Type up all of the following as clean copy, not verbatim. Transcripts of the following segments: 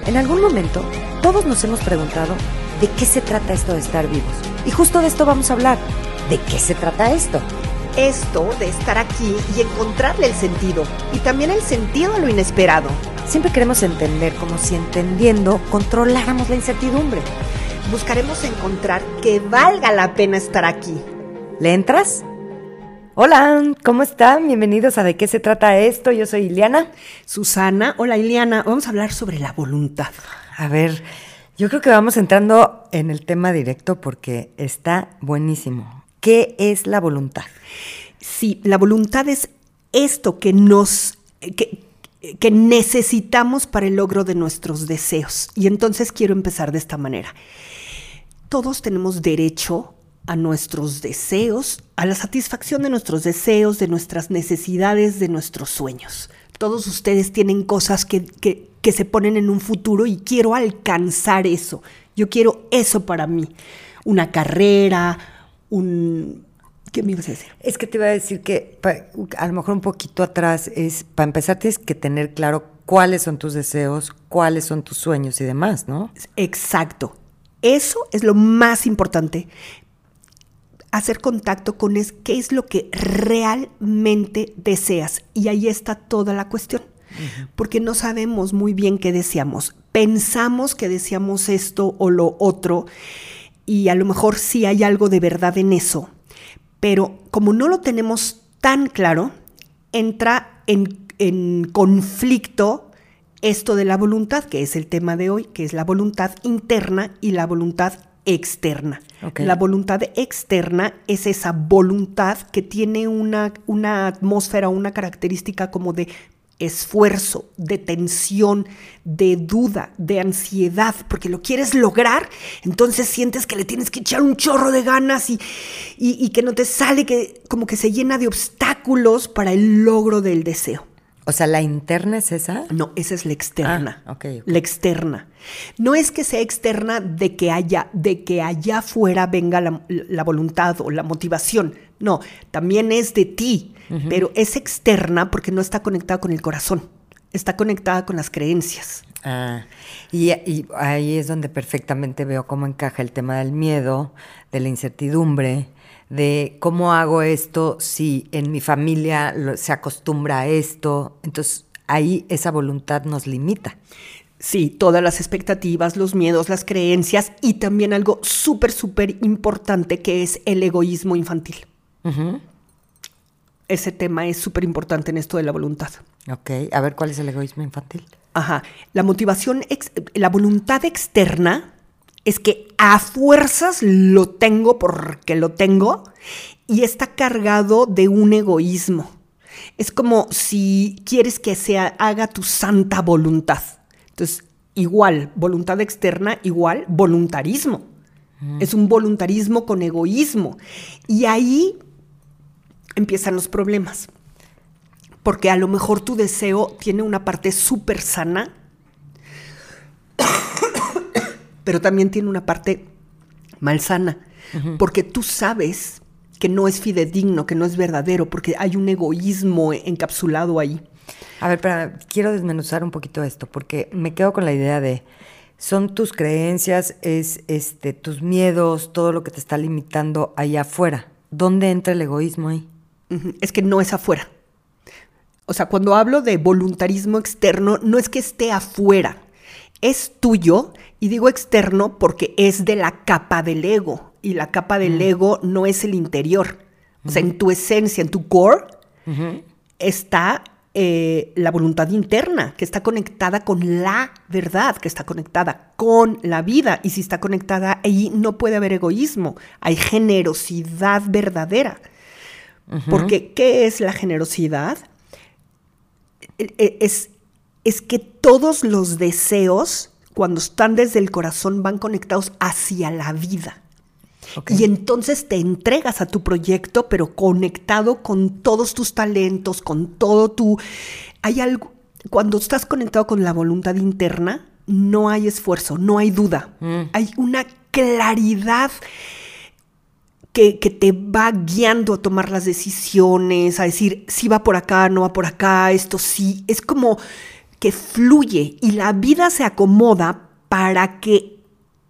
En algún momento, todos nos hemos preguntado de qué se trata esto de estar vivos. Y justo de esto vamos a hablar. ¿De qué se trata esto? Esto de estar aquí y encontrarle el sentido. Y también el sentido a lo inesperado. Siempre queremos entender como si entendiendo controláramos la incertidumbre. Buscaremos encontrar que valga la pena estar aquí. ¿Le entras? Hola, ¿cómo están? Bienvenidos a ¿De qué se trata esto? Yo soy Ileana. Susana, hola Ileana. Vamos a hablar sobre la voluntad. A ver, yo creo que vamos entrando en el tema directo porque está buenísimo. ¿Qué es la voluntad? Sí, la voluntad es esto que necesitamos para el logro de nuestros deseos. Y entonces quiero empezar de esta manera. Todos tenemos derecho a nuestros deseos, a la satisfacción de nuestros deseos, de nuestras necesidades, de nuestros sueños. Todos ustedes tienen cosas que se ponen en un futuro y quiero alcanzar eso. Yo quiero eso para mí. Una carrera, ¿Qué me ibas a decir? Es que te iba a decir que a lo mejor un poquito atrás para empezar tienes que tener claro cuáles son tus deseos, cuáles son tus sueños y demás, ¿no? Exacto. Eso es lo más importante. Hacer contacto con qué es lo que realmente deseas. Y ahí está toda la cuestión. Uh-huh. Porque no sabemos muy bien qué deseamos. Pensamos que deseamos esto o lo otro. Y a lo mejor sí hay algo de verdad en eso. Pero como no lo tenemos tan claro, entra en conflicto esto de la voluntad, que es el tema de hoy, que es la voluntad interna y la voluntad externa. Okay. La voluntad externa es esa voluntad que tiene una atmósfera, una característica como de esfuerzo, de tensión, de duda, de ansiedad, porque lo quieres lograr, entonces sientes que le tienes que echar un chorro de ganas y que no te sale, que como que se llena de obstáculos para el logro del deseo. O sea, ¿la interna es esa? No, esa es la externa. Okay. La externa. No es que sea externa de que allá afuera venga la voluntad o la motivación. No, también es de ti, uh-huh. Pero es externa porque no está conectada con el corazón. Está conectada con las creencias. Y ahí es donde perfectamente veo cómo encaja el tema del miedo, de la incertidumbre, de cómo hago esto si en mi familia se acostumbra a esto. Entonces, ahí esa voluntad nos limita. Sí, todas las expectativas, los miedos, las creencias y también algo súper, súper importante que es el egoísmo infantil. Uh-huh. Ese tema es súper importante en esto de la voluntad. Ok, a ver, ¿cuál es el egoísmo infantil? Ajá, la voluntad externa es que a fuerzas lo tengo porque lo tengo y está cargado de un egoísmo. Es como si quieres que se haga tu santa voluntad. Entonces, igual, voluntad externa, igual, voluntarismo. Es un voluntarismo con egoísmo. Y ahí empiezan los problemas. Porque a lo mejor tu deseo tiene una parte súper sana, pero también tiene una parte malsana, uh-huh. Porque tú sabes que no es fidedigno, que no es verdadero, porque hay un egoísmo encapsulado ahí. A ver, pero quiero desmenuzar un poquito esto, porque me quedo con la idea de, son tus creencias, es tus miedos, todo lo que te está limitando allá afuera. ¿Dónde entra el egoísmo ahí? Uh-huh. Es que no es afuera. O sea, cuando hablo de voluntarismo externo, no es que esté afuera. Es tuyo, y digo externo porque es de la capa del ego, y la capa del ego no es el interior. O sea, en tu esencia, en tu core, uh-huh. Está la voluntad interna, que está conectada con la verdad, que está conectada con la vida, y si está conectada ahí no puede haber egoísmo, hay generosidad verdadera. Uh-huh. Porque, ¿qué es la generosidad? Es que todos los deseos, cuando están desde el corazón, van conectados hacia la vida. Okay. Y entonces te entregas a tu proyecto, pero conectado con todos tus talentos, con todo Hay algo, cuando estás conectado con la voluntad interna, no hay esfuerzo, no hay duda. Hay una claridad que te va guiando a tomar las decisiones, a decir si va por acá, no va por acá, esto sí. Es como que fluye y la vida se acomoda para que...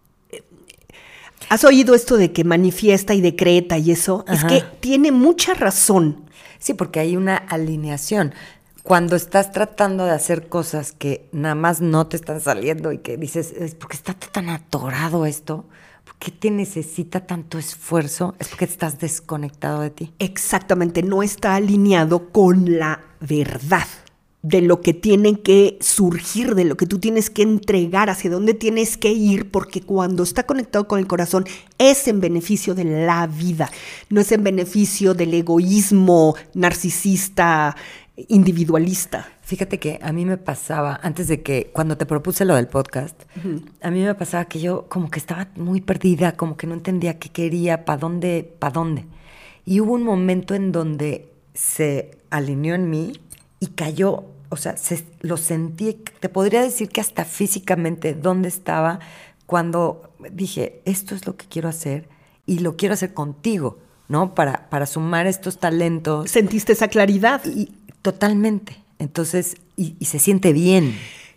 ¿Has oído esto de que manifiesta y decreta y eso? Ajá. Es que tiene mucha razón. Sí, porque hay una alineación. Cuando estás tratando de hacer cosas que nada más no te están saliendo y que dices, ¿por qué está tan atorado esto? ¿Por qué te necesita tanto esfuerzo? Es porque estás desconectado de ti. Exactamente, no está alineado con la verdad de lo que tiene que surgir, de lo que tú tienes que entregar, hacia dónde tienes que ir, porque cuando está conectado con el corazón es en beneficio de la vida, no es en beneficio del egoísmo narcisista, individualista. Fíjate que a mí me pasaba, antes de que, cuando te propuse lo del podcast, a mí me pasaba que yo como que estaba muy perdida, como que no entendía qué quería, para dónde. Y hubo un momento en donde se alineó en mí y cayó, o sea, lo sentí, te podría decir que hasta físicamente dónde estaba cuando dije, esto es lo que quiero hacer y lo quiero hacer contigo, ¿no? Para sumar estos talentos. ¿Sentiste esa claridad? Y totalmente. Entonces, y se siente bien.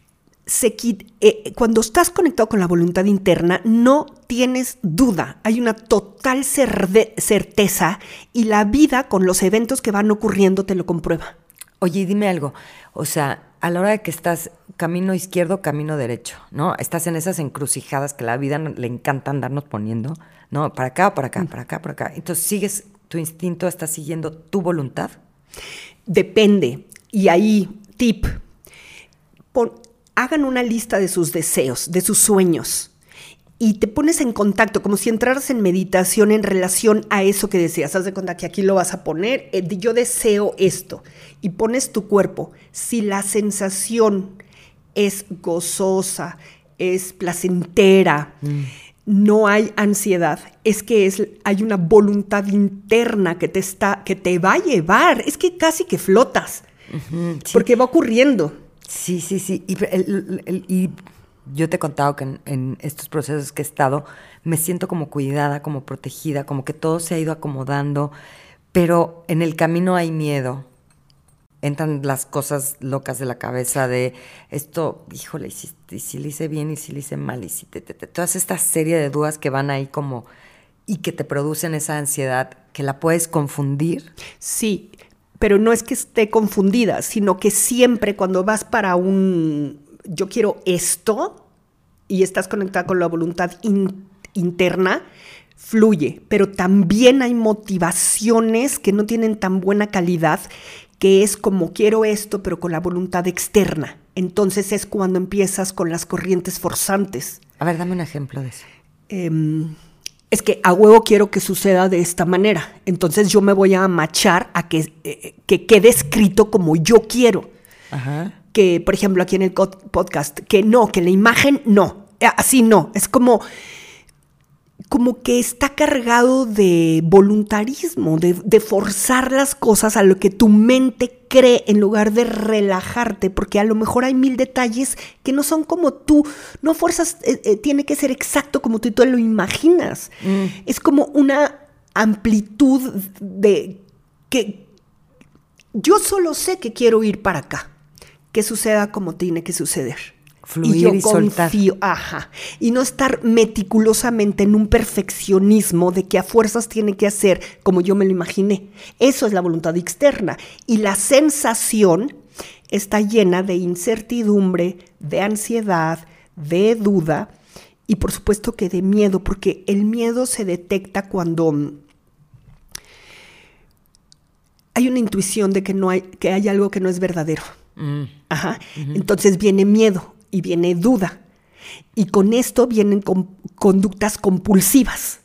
Cuando estás conectado con la voluntad interna, no tienes duda. Hay una total certeza y la vida con los eventos que van ocurriendo te lo comprueba. Oye, dime algo. O sea, a la hora de que estás camino izquierdo, camino derecho, ¿no? Estás en esas encrucijadas que la vida le encanta andarnos poniendo, ¿no? Para acá, para acá, para acá, para acá. Entonces, ¿sigues tu instinto? ¿Estás siguiendo tu voluntad? Depende. Y ahí, tip, hagan una lista de sus deseos, de sus sueños, y te pones en contacto, como si entraras en meditación en relación a eso que deseas. Haz de cuenta que aquí lo vas a poner, yo deseo esto, y pones tu cuerpo. Si la sensación es gozosa, es placentera, no hay ansiedad, es que hay una voluntad interna que te va a llevar, es que casi que flotas, sí. Porque va ocurriendo. Sí. Y yo te he contado que en estos procesos que he estado, me siento como cuidada, como protegida, como que todo se ha ido acomodando, pero en el camino hay miedo. Entran las cosas locas de la cabeza de esto, híjole, y si le hice bien, y si le hice mal, y si todas esta serie de dudas que van ahí como, y que te producen esa ansiedad, que la puedes confundir. Sí, pero no es que esté confundida, sino que siempre cuando vas para yo quiero esto, y estás conectada con la voluntad interna, fluye, pero también hay motivaciones que no tienen tan buena calidad, que es como quiero esto, pero con la voluntad externa. Entonces es cuando empiezas con las corrientes forzantes. A ver, dame un ejemplo de eso. Es que a huevo quiero que suceda de esta manera. Entonces yo me voy a amachar a que quede escrito como yo quiero. Ajá. Que, por ejemplo, aquí en el podcast, que la imagen no, así no. Es como que está cargado de voluntarismo, de forzar las cosas a lo que tu mente cree en lugar de relajarte, porque a lo mejor hay 1000 detalles que no son como tú, no fuerzas, tiene que ser exacto como tú lo imaginas. Es como una amplitud de que yo solo sé que quiero ir para acá, que suceda como tiene que suceder. Fluir y yo confío, soltar. Y no estar meticulosamente en un perfeccionismo de que a fuerzas tiene que hacer como yo me lo imaginé. Eso es la voluntad externa. Y la sensación está llena de incertidumbre, de ansiedad, de duda y por supuesto que de miedo, porque el miedo se detecta cuando hay una intuición de que hay algo que no es verdadero. Ajá. Entonces viene miedo y viene duda. Y con esto vienen conductas compulsivas.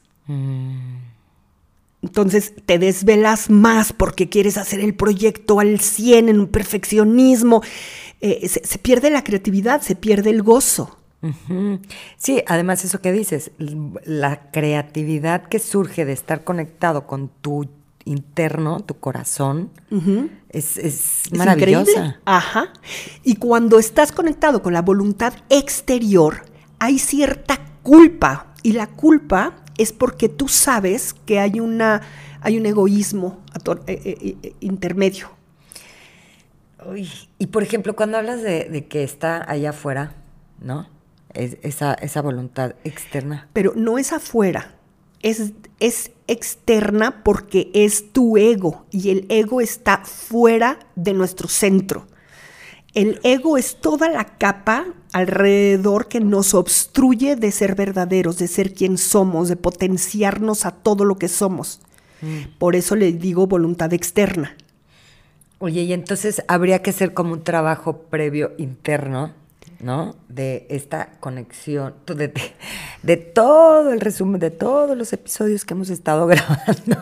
Entonces te desvelas más porque quieres hacer el proyecto al 100 en un perfeccionismo. Se pierde la creatividad, se pierde el gozo. Sí, además eso que dices, la creatividad que surge de estar conectado con tu interno, tu corazón, es maravillosa. Increíble. Ajá. Y cuando estás conectado con la voluntad exterior, hay cierta culpa. Y la culpa es porque tú sabes que hay un egoísmo intermedio. Uy, y por ejemplo, cuando hablas de que está allá afuera, ¿no? Esa voluntad externa. Pero no es afuera, es externa porque es tu ego y el ego está fuera de nuestro centro. El ego es toda la capa alrededor que nos obstruye de ser verdaderos, de ser quien somos, de potenciarnos a todo lo que somos. Por eso le digo voluntad externa. Oye, y entonces habría que hacer como un trabajo previo interno, ¿no? De esta conexión, de todo el resumen, de todos los episodios que hemos estado grabando,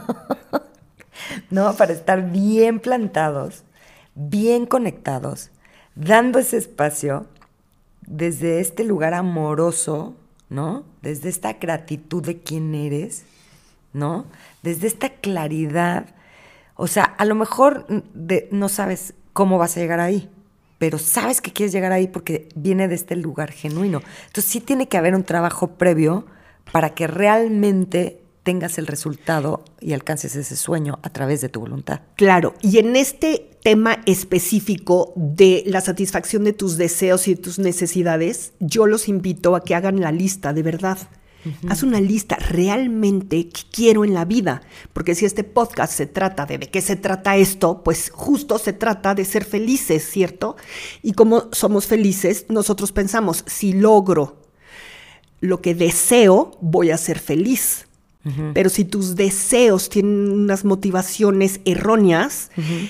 ¿no? Para estar bien plantados, bien conectados, dando ese espacio desde este lugar amoroso, ¿no? Desde esta gratitud de quién eres, ¿no? Desde esta claridad. O sea, a lo mejor no sabes cómo vas a llegar ahí, pero sabes que quieres llegar ahí porque viene de este lugar genuino. Entonces sí tiene que haber un trabajo previo para que realmente tengas el resultado y alcances ese sueño a través de tu voluntad. Claro, y en este tema específico de la satisfacción de tus deseos y de tus necesidades, yo los invito a que hagan la lista de verdad. Haz una lista realmente que quiero en la vida, porque si este podcast se trata de qué se trata esto, pues justo se trata de ser felices, ¿cierto? Y como somos felices, nosotros pensamos, si logro lo que deseo, voy a ser feliz. Pero si tus deseos tienen unas motivaciones erróneas,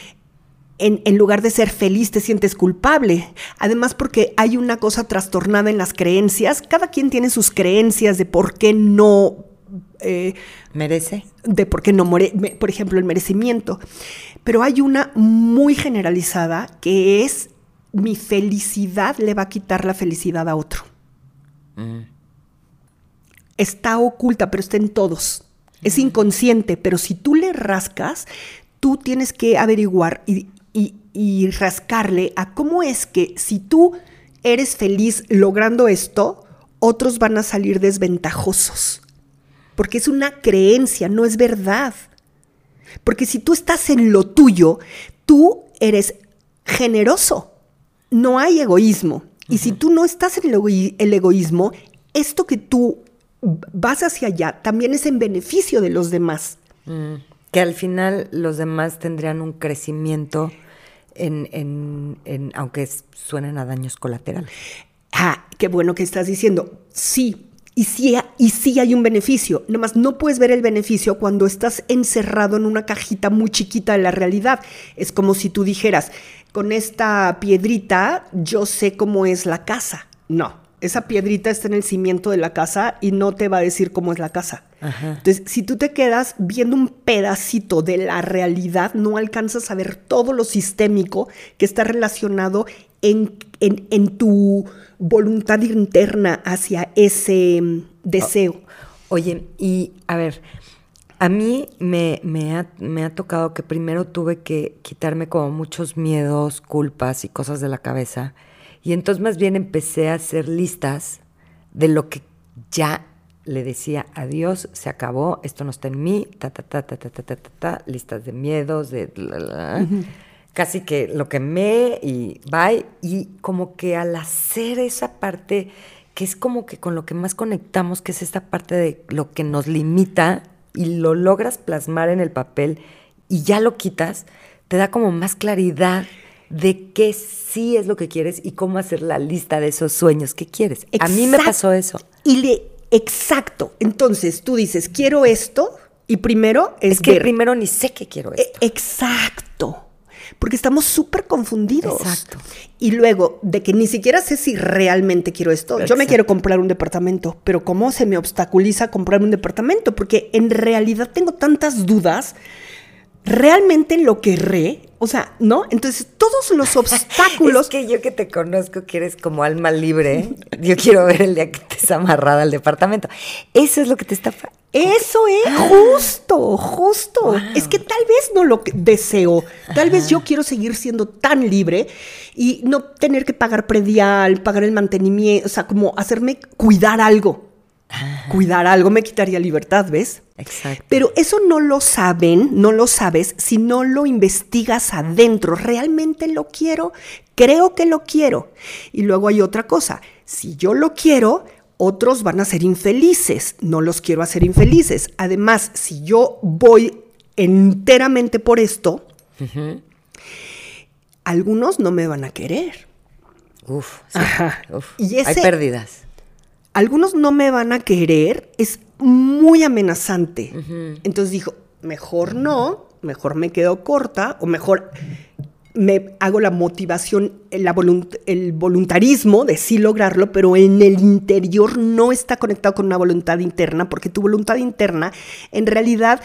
en lugar de ser feliz te sientes culpable. Además, porque hay una cosa trastornada en las creencias. Cada quien tiene sus creencias de por qué no... ¿merece? De por qué no por ejemplo, el merecimiento. Pero hay una muy generalizada que es mi felicidad le va a quitar la felicidad a otro. Está oculta, pero está en todos. Es inconsciente, pero si tú le rascas, tú tienes que averiguar y rascarle a cómo es que si tú eres feliz logrando esto, otros van a salir desventajosos. Porque es una creencia, no es verdad. Porque si tú estás en lo tuyo, tú eres generoso. No hay egoísmo. Y si tú no estás en el egoísmo, esto que tú vas hacia allá también es en beneficio de los demás. Que al final los demás tendrían un crecimiento aunque suenen a daños colaterales. Ah, qué bueno que estás diciendo. Sí, y sí hay un beneficio. Nomás no puedes ver el beneficio cuando estás encerrado en una cajita muy chiquita de la realidad. Es como si tú dijeras, con esta piedrita yo sé cómo es la casa. No. Esa piedrita está en el cimiento de la casa y no te va a decir cómo es la casa. Ajá. Entonces, si tú te quedas viendo un pedacito de la realidad, no alcanzas a ver todo lo sistémico que está relacionado en tu voluntad interna hacia ese deseo. Oye, y a ver, a mí me ha tocado que primero tuve que quitarme como muchos miedos, culpas y cosas de la cabeza. Y entonces más bien empecé a hacer listas de lo que ya le decía adiós, se acabó, esto no está en mí, listas de miedos, casi que lo quemé y bye. Y como que al hacer esa parte, que es como que con lo que más conectamos, que es esta parte de lo que nos limita y lo logras plasmar en el papel y ya lo quitas, te da como más claridad de qué sí es lo que quieres y cómo hacer la lista de esos sueños que quieres. A mí me pasó eso. Exacto. Entonces, tú dices, quiero esto, y primero es que primero ni sé que quiero esto. Exacto. Porque estamos súper confundidos. Exacto. Y luego, de que ni siquiera sé si realmente quiero esto. Exacto. Yo me quiero comprar un departamento, pero ¿cómo se me obstaculiza comprarme un departamento? Porque en realidad tengo tantas dudas. ¿Realmente lo querré? O sea, ¿no? Entonces, todos los obstáculos... Es que yo que te conozco, que eres como alma libre, yo quiero ver el día que estés amarrada al departamento. Eso es lo que te está... Eso es, justo. Wow. Es que tal vez no lo deseo. Tal vez yo quiero seguir siendo tan libre y no tener que pagar predial, pagar el mantenimiento, o sea, como hacerme cuidar algo. Cuidar algo me quitaría libertad, ¿ves? Exacto. Pero eso no lo sabes si no lo investigas adentro. ¿Realmente lo quiero? Creo que lo quiero. Y luego hay otra cosa. Si yo lo quiero, otros van a ser infelices. No los quiero hacer infelices. Además, si yo voy enteramente por esto, algunos no me van a querer. Uf, sí. Uf. Y hay pérdidas. Algunos no me van a querer, es muy amenazante. Entonces dijo, mejor no, mejor me quedo corta, o mejor me hago la motivación, el voluntarismo de sí lograrlo, pero en el interior no está conectado con una voluntad interna, porque tu voluntad interna, en realidad,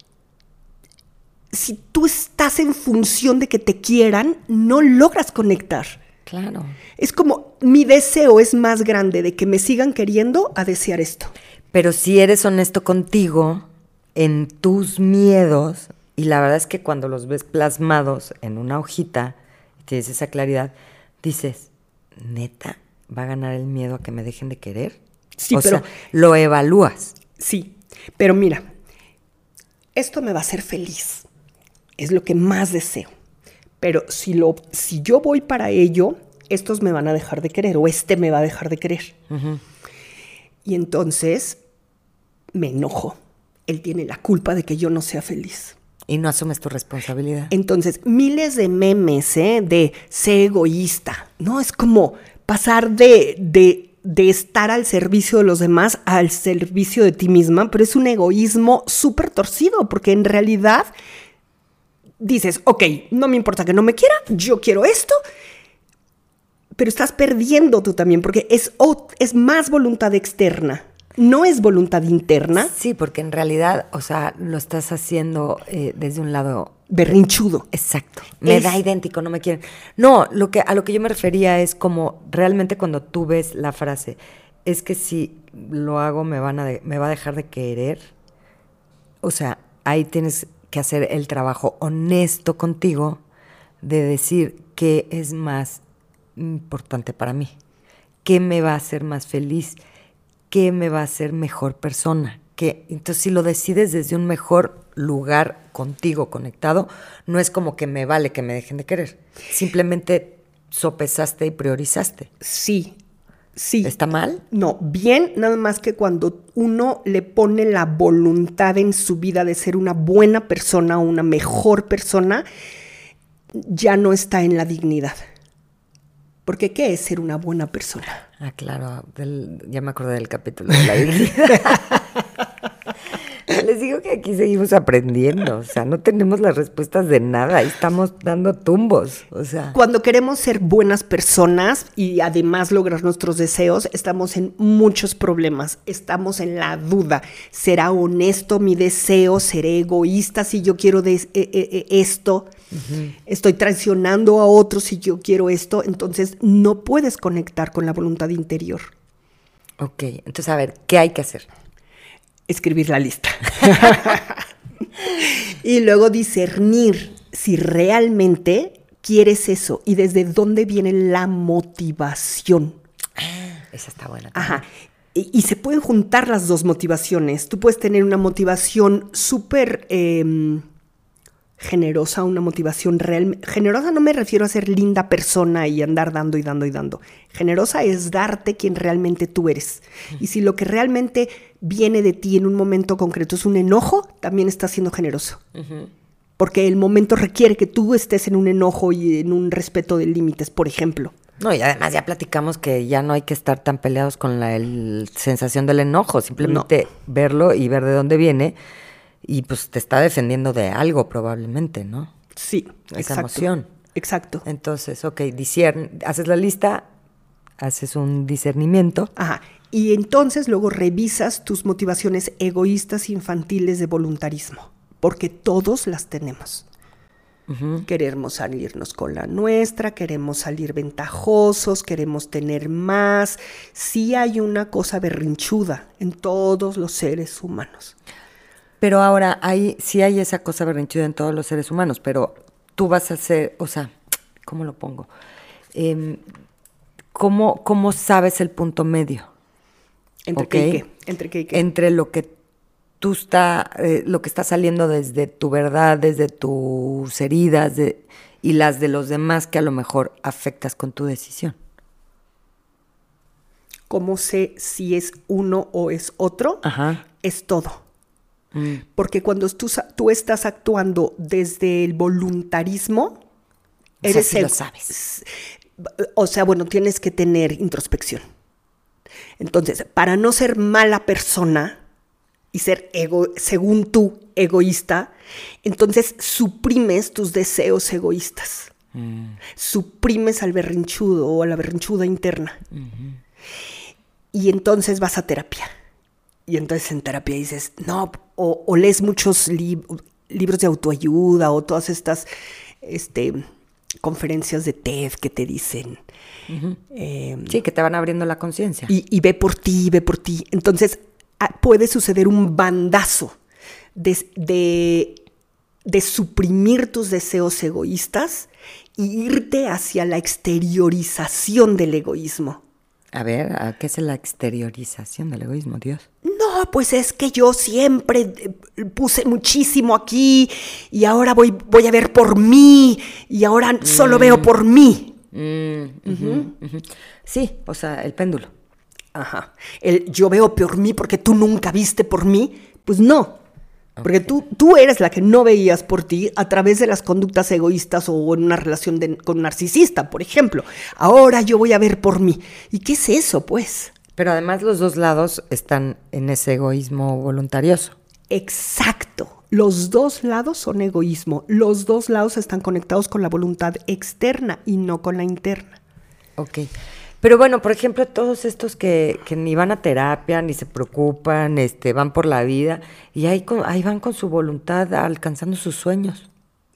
si tú estás en función de que te quieran, no logras conectar. Claro. Es como, mi deseo es más grande de que me sigan queriendo a desear esto. Pero si eres honesto contigo en tus miedos, y la verdad es que cuando los ves plasmados en una hojita, y tienes esa claridad, dices, ¿neta va a ganar el miedo a que me dejen de querer? Sí, o sea, lo evalúas. Sí, pero mira, esto me va a hacer feliz. Es lo que más deseo. Pero si yo voy para ello, estos me van a dejar de querer o este me va a dejar de querer. Y entonces me enojo. Él tiene la culpa de que yo no sea feliz. Y no asumes tu responsabilidad. Entonces, miles de memes, de sé egoísta. No, es como pasar de estar al servicio de los demás al servicio de ti misma, pero es un egoísmo súper torcido, porque en realidad dices, ok, no me importa que no me quiera, yo quiero esto, pero estás perdiendo tú también, porque es más voluntad externa, no es voluntad interna. Sí, porque en realidad, o sea, lo estás haciendo desde un lado berrinchudo. Exacto. Me da idéntico, no me quieren. No, a lo que yo me refería es como realmente cuando tú ves la frase, es que si lo hago me va a dejar de querer. O sea, ahí tienes que hacer el trabajo honesto contigo de decir qué es más importante para mí, qué me va a hacer más feliz, qué me va a hacer mejor persona. Entonces, si lo decides desde un mejor lugar contigo conectado, no es como que me vale que me dejen de querer. Simplemente sopesaste y priorizaste. Sí. ¿Está mal? No, bien, nada más que cuando uno le pone la voluntad en su vida de ser una buena persona o una mejor persona, ya no está en la dignidad. Porque ¿qué es ser una buena persona? Ah, claro, ya me acordé del capítulo de la dignidad. Les digo que aquí seguimos aprendiendo, o sea, no tenemos las respuestas de nada, ahí estamos dando tumbos, o sea. Cuando queremos ser buenas personas y además lograr nuestros deseos, estamos en muchos problemas, estamos en la duda. ¿Será honesto mi deseo? ¿Seré egoísta si yo quiero esto? ¿Estoy traicionando a otros si yo quiero esto? Entonces no puedes conectar con la voluntad interior. Ok, entonces a ver, ¿qué hay que hacer? Escribir la lista. Y luego discernir si realmente quieres eso y desde dónde viene la motivación. Esa está buena. Ajá. Y se pueden juntar las dos motivaciones. Tú puedes tener una motivación súper generosa, una motivación real. Generosa no me refiero a ser linda persona y andar dando y dando y dando. Generosa es darte quien realmente tú eres. Y si lo que realmente viene de ti en un momento concreto es un enojo, también estás siendo generoso. Porque el momento requiere que tú estés en un enojo y en un respeto de límites, por ejemplo. No, y además ya platicamos que ya no hay que estar tan peleados con la sensación del enojo. Simplemente verlo y ver de dónde viene. Y pues te está defendiendo de algo probablemente, ¿no? Sí, esa exacto. emoción. Exacto. Entonces, ok, haces la lista, haces un discernimiento. Ajá. Y entonces luego revisas tus motivaciones egoístas infantiles de voluntarismo, porque todos las tenemos. Queremos salirnos con la nuestra, queremos salir ventajosos, queremos tener más. Sí hay una cosa berrinchuda en todos los seres humanos. Pero ahora, sí hay esa cosa berrinchuda en todos los seres humanos, pero tú vas a hacer, o sea, ¿cómo lo pongo? ¿Cómo sabes el punto medio? ¿Entre ¿ok? qué y qué? ¿Entre qué y qué? Entre lo que lo que está saliendo desde tu verdad, desde tus heridas y las de los demás que a lo mejor afectas con tu decisión. ¿Cómo sé si es uno o es otro? Ajá. Es todo. Porque cuando tú estás actuando desde el voluntarismo, eres sí lo sabes. O sea, bueno, tienes que tener introspección. Entonces, para no ser mala persona y ser según tú, egoísta, entonces suprimes tus deseos egoístas. Suprimes al berrinchudo o a la berrinchuda interna. Y entonces vas a terapia. Y entonces en terapia dices, no, o lees muchos libros de autoayuda o todas estas conferencias de TED que te dicen. Sí, que te van abriendo la conciencia. Y ve por ti, ve por ti. Entonces puede suceder un bandazo de suprimir tus deseos egoístas e irte hacia la exteriorización del egoísmo. A ver, ¿qué es la exteriorización del egoísmo, Dios? No, pues es que yo siempre puse muchísimo aquí y ahora voy a ver por mí y ahora solo veo por mí. Sí, o sea, el péndulo. Ajá. Yo veo por mí porque tú nunca viste por mí. Pues no. Porque tú eres la que no veías por ti a través de las conductas egoístas o en una relación con un narcisista, por ejemplo. Ahora yo voy a ver por mí. ¿Y qué es eso, pues? Pero además los dos lados están en ese egoísmo voluntarioso. Exacto. Los dos lados son egoísmo. Los dos lados están conectados con la voluntad externa y no con la interna. Ok. Pero bueno, por ejemplo, todos estos que ni van a terapia, ni se preocupan, van por la vida, y ahí van con su voluntad alcanzando sus sueños.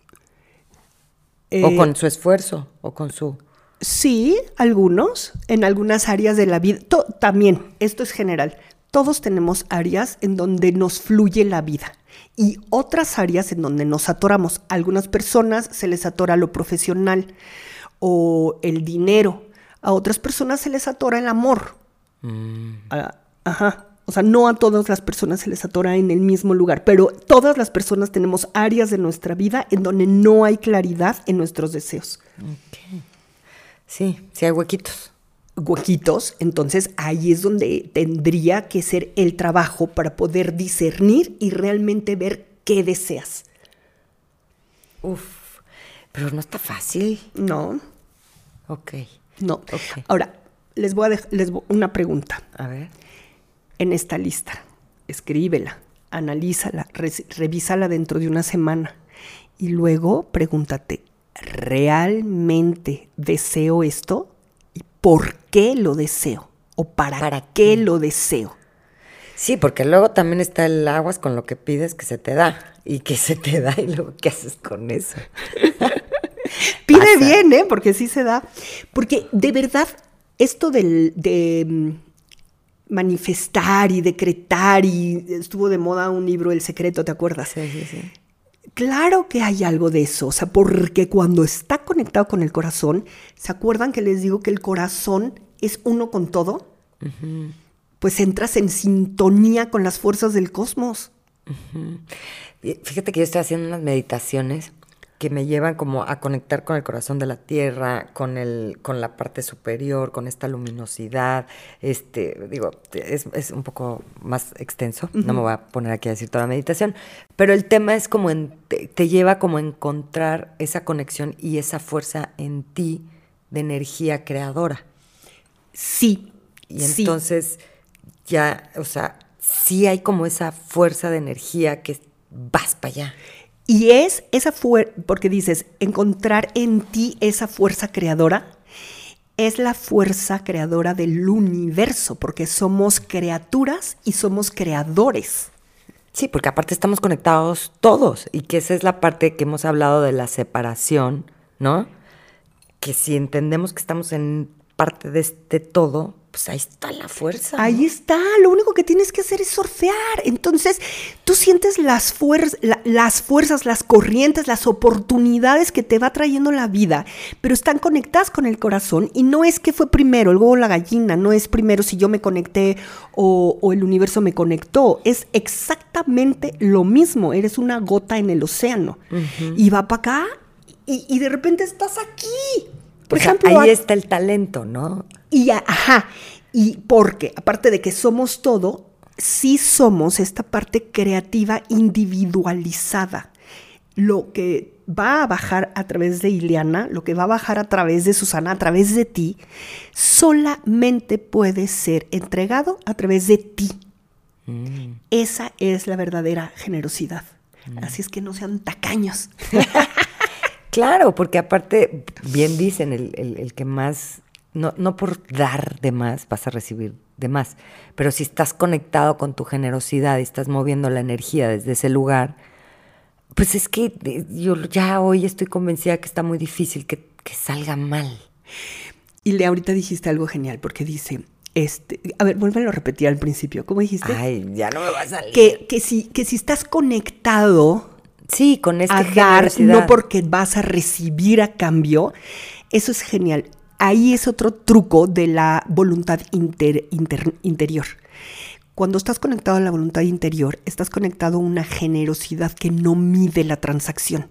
O con su esfuerzo, o con su... Sí, algunos, en algunas áreas de la vida. También, esto es general. Todos tenemos áreas en donde nos fluye la vida y otras áreas en donde nos atoramos. A algunas personas se les atora lo profesional o el dinero. A otras personas se les atora el amor. Ajá. O sea, no a todas las personas se les atora en el mismo lugar, pero todas las personas tenemos áreas de nuestra vida en donde no hay claridad en nuestros deseos. Okay. Sí, sí hay huequitos. Huequitos, entonces ahí es donde tendría que ser el trabajo para poder discernir y realmente ver qué deseas. Uf, pero no está fácil. No. Ok. No. Okay. Ahora, les voy una pregunta. A ver. En esta lista, escríbela, analízala, revísala dentro de una semana y luego pregúntate, ¿realmente deseo esto? ¿Y por qué lo deseo? ¿O para qué lo deseo? Sí, porque luego también está el aguas con lo que pides que se te da. Y que se te da y luego, ¿qué haces con eso? Pide bien, porque sí se da. Porque de verdad, esto de manifestar y decretar, y estuvo de moda un libro, El Secreto, ¿te acuerdas? Sí, sí, sí. Claro que hay algo de eso, o sea, porque cuando está conectado con el corazón, ¿se acuerdan que les digo que el corazón es uno con todo? Uh-huh. Pues entras en sintonía con las fuerzas del cosmos. Uh-huh. Fíjate que yo estoy haciendo unas meditaciones que me llevan como a conectar con el corazón de la tierra, con la parte superior, con esta luminosidad. Digo, es un poco más extenso, uh-huh. No me voy a poner aquí a decir toda la meditación, pero el tema es como te lleva como a encontrar esa conexión y esa fuerza en ti de energía creadora. Sí. Y entonces ya, o sea, sí hay como esa fuerza de energía que vas para allá. Y es esa fuerza, porque dices, encontrar en ti esa fuerza creadora, es la fuerza creadora del universo, porque somos criaturas y somos creadores. Sí, porque aparte estamos conectados todos, y que esa es la parte que hemos hablado de la separación, ¿no? Que si entendemos que estamos en parte de este todo, pues ahí está la fuerza. Ahí ¿no? está, lo único que tienes que hacer es surfear. Entonces, tú sientes las fuerzas, las corrientes, las oportunidades que te va trayendo la vida, pero están conectadas con el corazón y no es que fue primero el huevo o la gallina, no es primero si yo me conecté o el universo me conectó, es exactamente lo mismo, eres una gota en el océano y va para acá y de repente estás aquí. Por ejemplo, ahí está el talento, ¿no? Y porque, aparte de que somos todo, sí somos esta parte creativa individualizada. Lo que va a bajar a través de Ileana, lo que va a bajar a través de Susana, a través de ti, solamente puede ser entregado a través de ti. Esa es la verdadera generosidad. Así es que no sean tacaños. Claro, porque aparte, bien dicen, el que más, no por dar de más vas a recibir de más, pero si estás conectado con tu generosidad y estás moviendo la energía desde ese lugar, pues es que yo ya hoy estoy convencida que está muy difícil que salga mal. Y le ahorita dijiste algo genial, porque dice, a ver, vuélvelo a repetir al principio, ¿cómo dijiste? Ay, ya no me va a salir. Que si estás conectado... Sí, con esta a dar, no porque vas a recibir a cambio, eso es genial. Ahí es otro truco de la voluntad interior. Cuando estás conectado a la voluntad interior, estás conectado a una generosidad que no mide la transacción.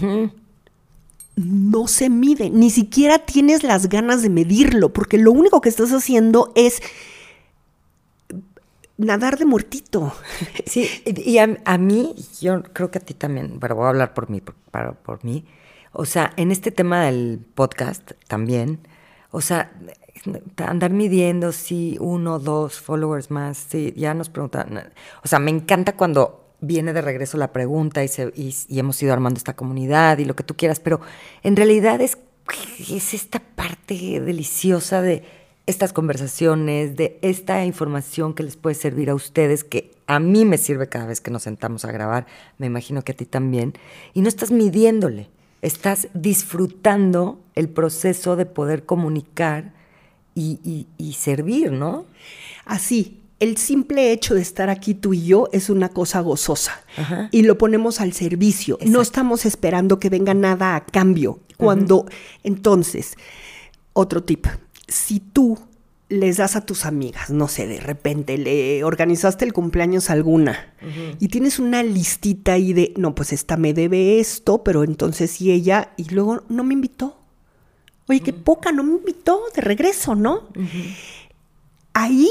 No se mide, ni siquiera tienes las ganas de medirlo, porque lo único que estás haciendo es nadar de muertito. Sí, y a mí, yo creo que a ti también, pero voy a hablar por mí, por mí. O sea, en este tema del podcast también, o sea, andar midiendo si 1, 2 followers más, sí, ya nos preguntan. O sea, me encanta cuando viene de regreso la pregunta y hemos ido armando esta comunidad y lo que tú quieras, pero en realidad es esta parte deliciosa de estas conversaciones, de esta información que les puede servir a ustedes, que a mí me sirve cada vez que nos sentamos a grabar, me imagino que a ti también, y no estás midiéndole, estás disfrutando el proceso de poder comunicar y servir, ¿no? Así, el simple hecho de estar aquí tú y yo es una cosa gozosa. Ajá. Y lo ponemos al servicio. Exacto. No estamos esperando que venga nada a cambio. Cuando, entonces, otro tip. Si tú les das a tus amigas, no sé, de repente le organizaste el cumpleaños a alguna y tienes una listita ahí de, no, pues esta me debe esto, pero entonces sí ella, y luego no me invitó. Oye, qué poca, no me invitó de regreso, ¿no? Ahí,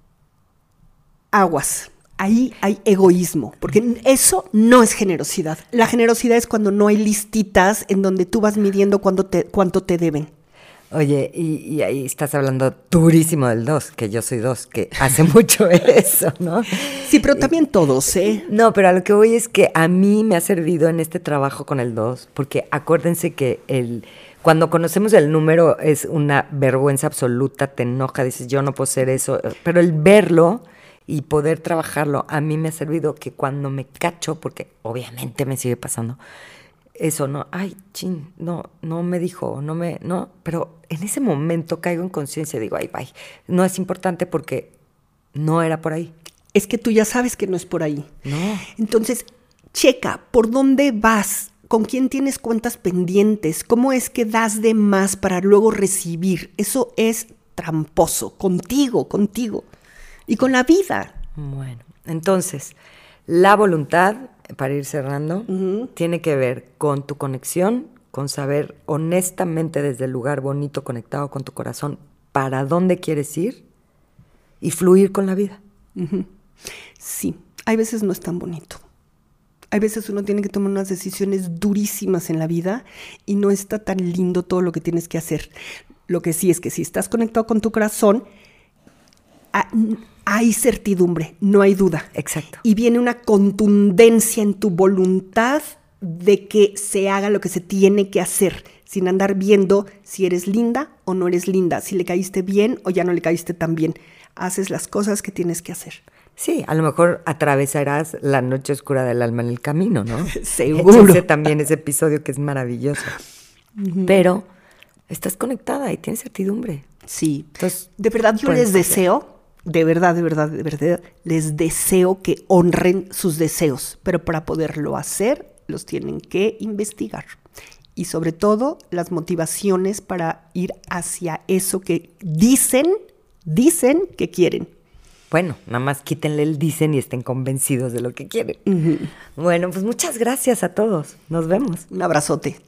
aguas. Ahí hay egoísmo, porque eso no es generosidad. La generosidad es cuando no hay listitas en donde tú vas midiendo cuánto te deben. Oye, y ahí estás hablando durísimo del 2, que yo soy 2, que hace mucho eso, ¿no? Sí, pero también todos, ¿eh? No, pero a lo que voy es que a mí me ha servido en este trabajo con el 2, porque acuérdense que cuando conocemos el número es una vergüenza absoluta, te enoja, dices, yo no puedo ser eso, pero el verlo y poder trabajarlo, a mí me ha servido que cuando me cacho, porque obviamente me sigue pasando, eso, no, ay, chin, no me dijo, no, pero en ese momento caigo en conciencia y digo, ay, bye, no es importante porque no era por ahí. Es que tú ya sabes que no es por ahí. No. Entonces, checa, ¿por dónde vas? ¿Con quién tienes cuentas pendientes? ¿Cómo es que das de más para luego recibir? Eso es tramposo, contigo. Y con la vida. Bueno, entonces, la voluntad, para ir cerrando, tiene que ver con tu conexión, con saber honestamente desde el lugar bonito, conectado con tu corazón, para dónde quieres ir y fluir con la vida. Sí, hay veces no es tan bonito. Hay veces uno tiene que tomar unas decisiones durísimas en la vida y no está tan lindo todo lo que tienes que hacer. Lo que sí es que si estás conectado con tu corazón, hay certidumbre, no hay duda. Exacto. Y viene una contundencia en tu voluntad de que se haga lo que se tiene que hacer, sin andar viendo si eres linda o no eres linda, si le caíste bien o ya no le caíste tan bien. Haces las cosas que tienes que hacer. Sí, a lo mejor atravesarás la noche oscura del alma en el camino, ¿no? Seguro. Échense también ese episodio que es maravilloso. Pero estás conectada y tienes certidumbre. Sí. Entonces, de verdad yo pueden les deseo, de verdad, les deseo que honren sus deseos, pero para poderlo hacer los tienen que investigar. Y sobre todo las motivaciones para ir hacia eso que dicen que quieren. Bueno, nada más quítenle el dicen y estén convencidos de lo que quieren. Uh-huh. Bueno, pues muchas gracias a todos. Nos vemos. Un abrazote.